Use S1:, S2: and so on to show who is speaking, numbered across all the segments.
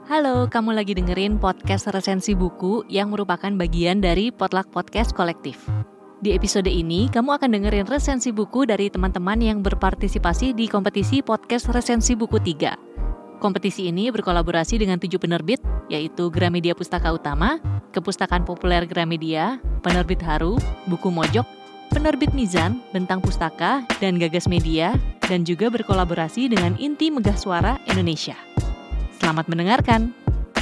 S1: Halo, kamu lagi dengerin podcast resensi buku yang merupakan bagian dari Potluck Podcast Kolektif. Di episode ini, kamu akan dengerin resensi buku dari teman-teman yang berpartisipasi di kompetisi podcast resensi buku 3. Kompetisi ini berkolaborasi dengan 7 penerbit, yaitu Gramedia Pustaka Utama, Kepustakaan Populer Gramedia, Penerbit Haru, Buku Mojok, Penerbit Mizan, Bentang Pustaka, dan Gagas Media, dan juga berkolaborasi dengan Inti Megah Suara Indonesia. Selamat mendengarkan.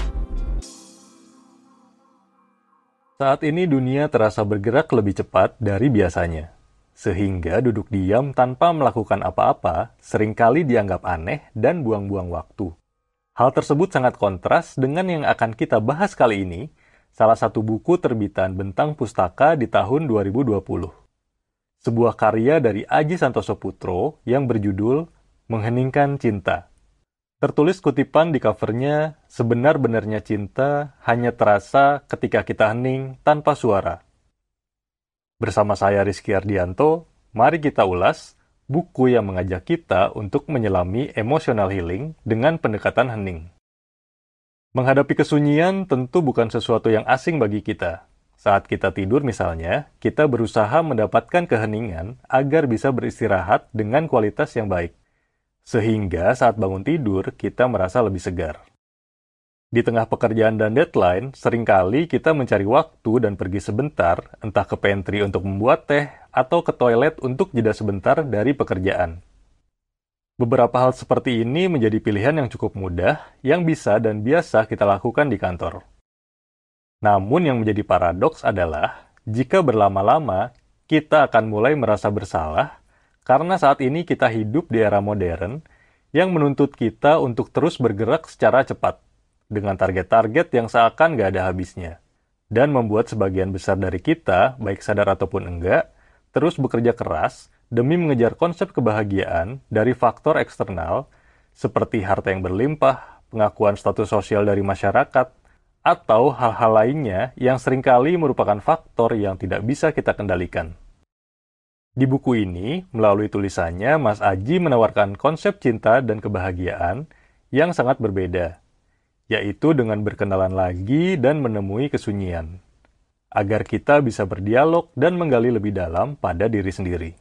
S2: Saat ini dunia terasa bergerak lebih cepat dari biasanya. Sehingga duduk diam tanpa melakukan apa-apa seringkali dianggap aneh dan buang-buang waktu. Hal tersebut sangat kontras dengan yang akan kita bahas kali ini, salah satu buku terbitan Bentang Pustaka di tahun 2020. Sebuah karya dari Aji Santoso Putro yang berjudul Mengheningkan Cinta. Tertulis kutipan di covernya, sebenar-benarnya cinta hanya terasa ketika kita hening tanpa suara. Bersama saya Rizky Ardianto, mari kita ulas buku yang mengajak kita untuk menyelami emotional healing dengan pendekatan hening. Menghadapi kesunyian tentu bukan sesuatu yang asing bagi kita. Saat kita tidur misalnya, kita berusaha mendapatkan keheningan agar bisa beristirahat dengan kualitas yang baik. Sehingga saat bangun tidur, kita merasa lebih segar. Di tengah pekerjaan dan deadline, seringkali kita mencari waktu dan pergi sebentar, entah ke pantry untuk membuat teh, atau ke toilet untuk jeda sebentar dari pekerjaan. Beberapa hal seperti ini menjadi pilihan yang cukup mudah, yang bisa dan biasa kita lakukan di kantor. Namun yang menjadi paradoks adalah, jika berlama-lama, kita akan mulai merasa bersalah, karena saat ini kita hidup di era modern yang menuntut kita untuk terus bergerak secara cepat, dengan target-target yang seakan gak ada habisnya, dan membuat sebagian besar dari kita, baik sadar ataupun enggak, terus bekerja keras demi mengejar konsep kebahagiaan dari faktor eksternal seperti harta yang berlimpah, pengakuan status sosial dari masyarakat, atau hal-hal lainnya yang seringkali merupakan faktor yang tidak bisa kita kendalikan. Di buku ini, melalui tulisannya, Mas Aji menawarkan konsep cinta dan kebahagiaan yang sangat berbeda, yaitu dengan berkenalan lagi dan menemui kesunyian, agar kita bisa berdialog dan menggali lebih dalam pada diri sendiri.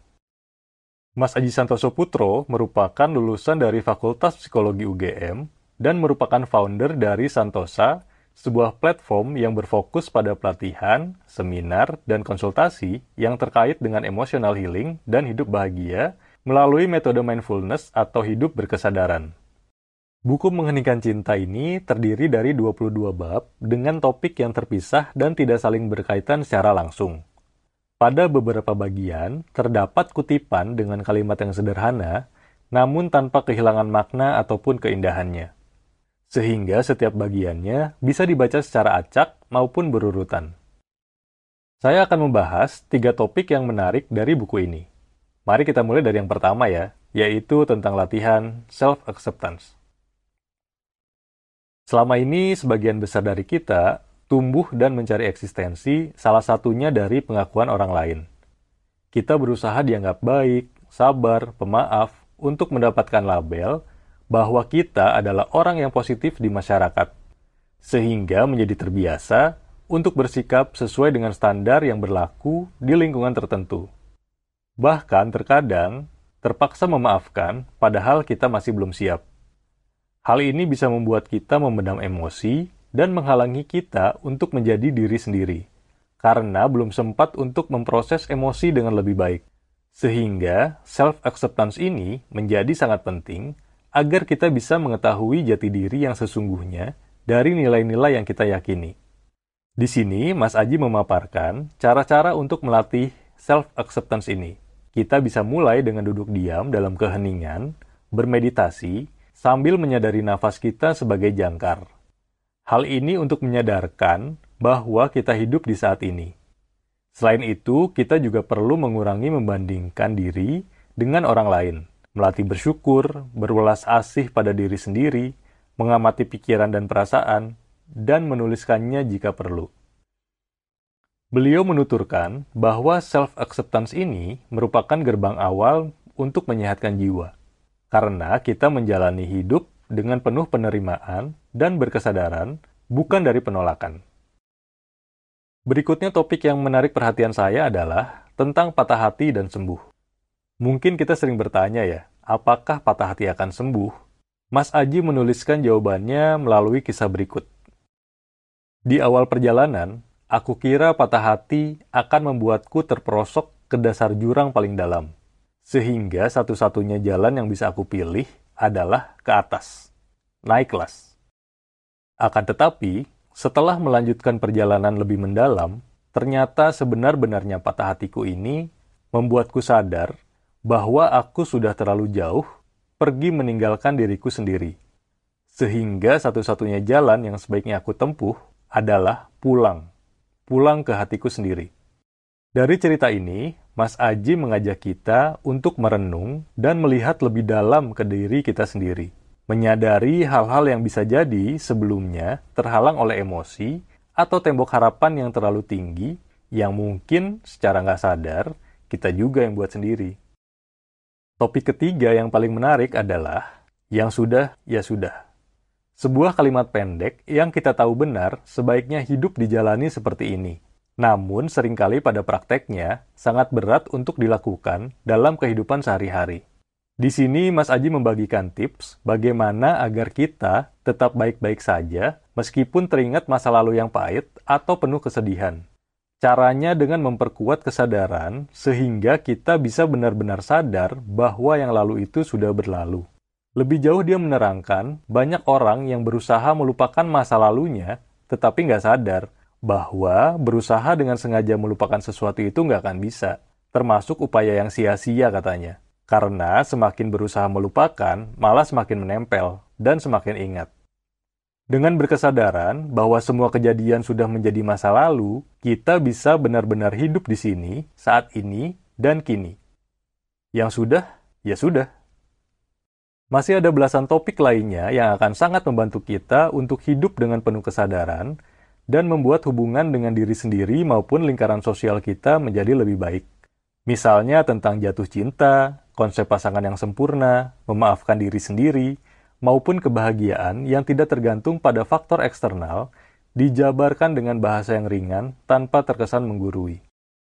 S2: Mas Aji Santoso Putro merupakan lulusan dari Fakultas Psikologi UGM dan merupakan founder dari Santosa, sebuah platform yang berfokus pada pelatihan, seminar, dan konsultasi yang terkait dengan emotional healing dan hidup bahagia melalui metode mindfulness atau hidup berkesadaran. Buku Mengheningkan Cinta ini terdiri dari 22 bab dengan topik yang terpisah dan tidak saling berkaitan secara langsung. Pada beberapa bagian, terdapat kutipan dengan kalimat yang sederhana, namun tanpa kehilangan makna ataupun keindahannya. Sehingga setiap bagiannya bisa dibaca secara acak maupun berurutan. Saya akan membahas 3 topik yang menarik dari buku ini. Mari kita mulai dari yang pertama ya, yaitu tentang latihan self-acceptance. Selama ini, sebagian besar dari kita tumbuh dan mencari eksistensi salah satunya dari pengakuan orang lain. Kita berusaha dianggap baik, sabar, pemaaf, untuk mendapatkan label bahwa kita adalah orang yang positif di masyarakat, sehingga menjadi terbiasa untuk bersikap sesuai dengan standar yang berlaku di lingkungan tertentu. Bahkan terkadang terpaksa memaafkan padahal kita masih belum siap. Hal ini bisa membuat kita memendam emosi dan menghalangi kita untuk menjadi diri sendiri, karena belum sempat untuk memproses emosi dengan lebih baik. Sehingga self-acceptance ini menjadi sangat penting agar kita bisa mengetahui jati diri yang sesungguhnya dari nilai-nilai yang kita yakini. Di sini, Mas Aji memaparkan cara-cara untuk melatih self-acceptance ini. Kita bisa mulai dengan duduk diam dalam keheningan, bermeditasi, sambil menyadari nafas kita sebagai jangkar. Hal ini untuk menyadarkan bahwa kita hidup di saat ini. Selain itu, kita juga perlu mengurangi membandingkan diri dengan orang lain. Melatih bersyukur, berwelas asih pada diri sendiri, mengamati pikiran dan perasaan, dan menuliskannya jika perlu. Beliau menuturkan bahwa self-acceptance ini merupakan gerbang awal untuk menyehatkan jiwa, karena kita menjalani hidup dengan penuh penerimaan dan berkesadaran, bukan dari penolakan. Berikutnya topik yang menarik perhatian saya adalah tentang patah hati dan sembuh. Mungkin kita sering bertanya ya, apakah patah hati akan sembuh? Mas Aji menuliskan jawabannya melalui kisah berikut. Di awal perjalanan, aku kira patah hati akan membuatku terperosok ke dasar jurang paling dalam. Sehingga satu-satunya jalan yang bisa aku pilih adalah ke atas, naik kelas. Akan tetapi, setelah melanjutkan perjalanan lebih mendalam, ternyata sebenar-benarnya patah hatiku ini membuatku sadar bahwa aku sudah terlalu jauh pergi meninggalkan diriku sendiri. Sehingga satu-satunya jalan yang sebaiknya aku tempuh adalah pulang ke hatiku sendiri. Dari cerita ini, Mas Aji mengajak kita untuk merenung dan melihat lebih dalam ke diri kita sendiri. Menyadari hal-hal yang bisa jadi sebelumnya terhalang oleh emosi atau tembok harapan yang terlalu tinggi yang mungkin secara nggak sadar kita juga yang buat sendiri. Topik ketiga yang paling menarik adalah yang sudah, ya sudah. Sebuah kalimat pendek yang kita tahu benar sebaiknya hidup dijalani seperti ini. Namun, seringkali pada prakteknya, sangat berat untuk dilakukan dalam kehidupan sehari-hari. Di sini, Mas Aji membagikan tips bagaimana agar kita tetap baik-baik saja, meskipun teringat masa lalu yang pahit atau penuh kesedihan. Caranya dengan memperkuat kesadaran, sehingga kita bisa benar-benar sadar bahwa yang lalu itu sudah berlalu. Lebih jauh dia menerangkan, banyak orang yang berusaha melupakan masa lalunya, tetapi nggak sadar bahwa berusaha dengan sengaja melupakan sesuatu itu nggak akan bisa, termasuk upaya yang sia-sia katanya. Karena semakin berusaha melupakan, malah semakin menempel dan semakin ingat. Dengan berkesadaran bahwa semua kejadian sudah menjadi masa lalu, kita bisa benar-benar hidup di sini, saat ini, dan kini. Yang sudah, ya sudah. Masih ada belasan topik lainnya yang akan sangat membantu kita untuk hidup dengan penuh kesadaran dan membuat hubungan dengan diri sendiri maupun lingkaran sosial kita menjadi lebih baik. Misalnya tentang jatuh cinta, konsep pasangan yang sempurna, memaafkan diri sendiri, maupun kebahagiaan yang tidak tergantung pada faktor eksternal, dijabarkan dengan bahasa yang ringan tanpa terkesan menggurui.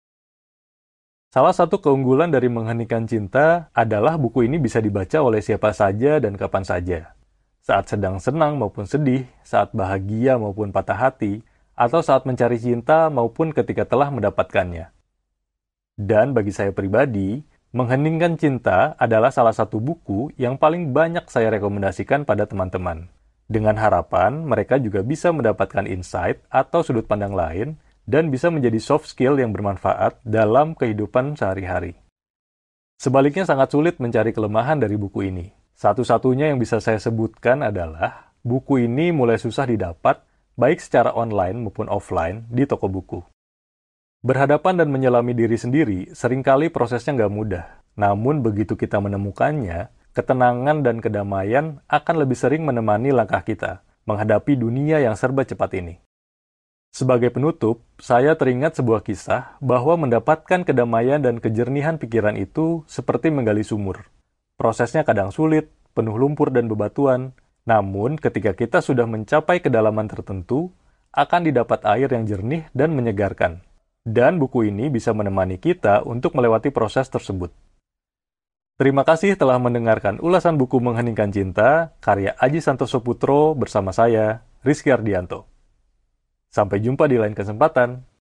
S2: Salah satu keunggulan dari Mengheningkan Cinta adalah buku ini bisa dibaca oleh siapa saja dan kapan saja. Saat sedang senang maupun sedih, saat bahagia maupun patah hati, atau saat mencari cinta maupun ketika telah mendapatkannya. Dan bagi saya pribadi, Mengheningkan Cinta adalah salah satu buku yang paling banyak saya rekomendasikan pada teman-teman. Dengan harapan mereka juga bisa mendapatkan insight atau sudut pandang lain dan bisa menjadi soft skill yang bermanfaat dalam kehidupan sehari-hari. Sebaliknya sangat sulit mencari kelemahan dari buku ini. Satu-satunya yang bisa saya sebutkan adalah buku ini mulai susah didapat baik secara online maupun offline di toko buku. Berhadapan dan menyelami diri sendiri seringkali prosesnya nggak mudah. Namun begitu kita menemukannya, ketenangan dan kedamaian akan lebih sering menemani langkah kita menghadapi dunia yang serba cepat ini. Sebagai penutup, saya teringat sebuah kisah bahwa mendapatkan kedamaian dan kejernihan pikiran itu seperti menggali sumur. Prosesnya kadang sulit, penuh lumpur dan bebatuan, namun ketika kita sudah mencapai kedalaman tertentu, akan didapat air yang jernih dan menyegarkan. Dan buku ini bisa menemani kita untuk melewati proses tersebut. Terima kasih telah mendengarkan ulasan buku Mengheningkan Cinta, karya Aji Santoso Putro bersama saya, Rizky Ardianto. Sampai jumpa di lain kesempatan.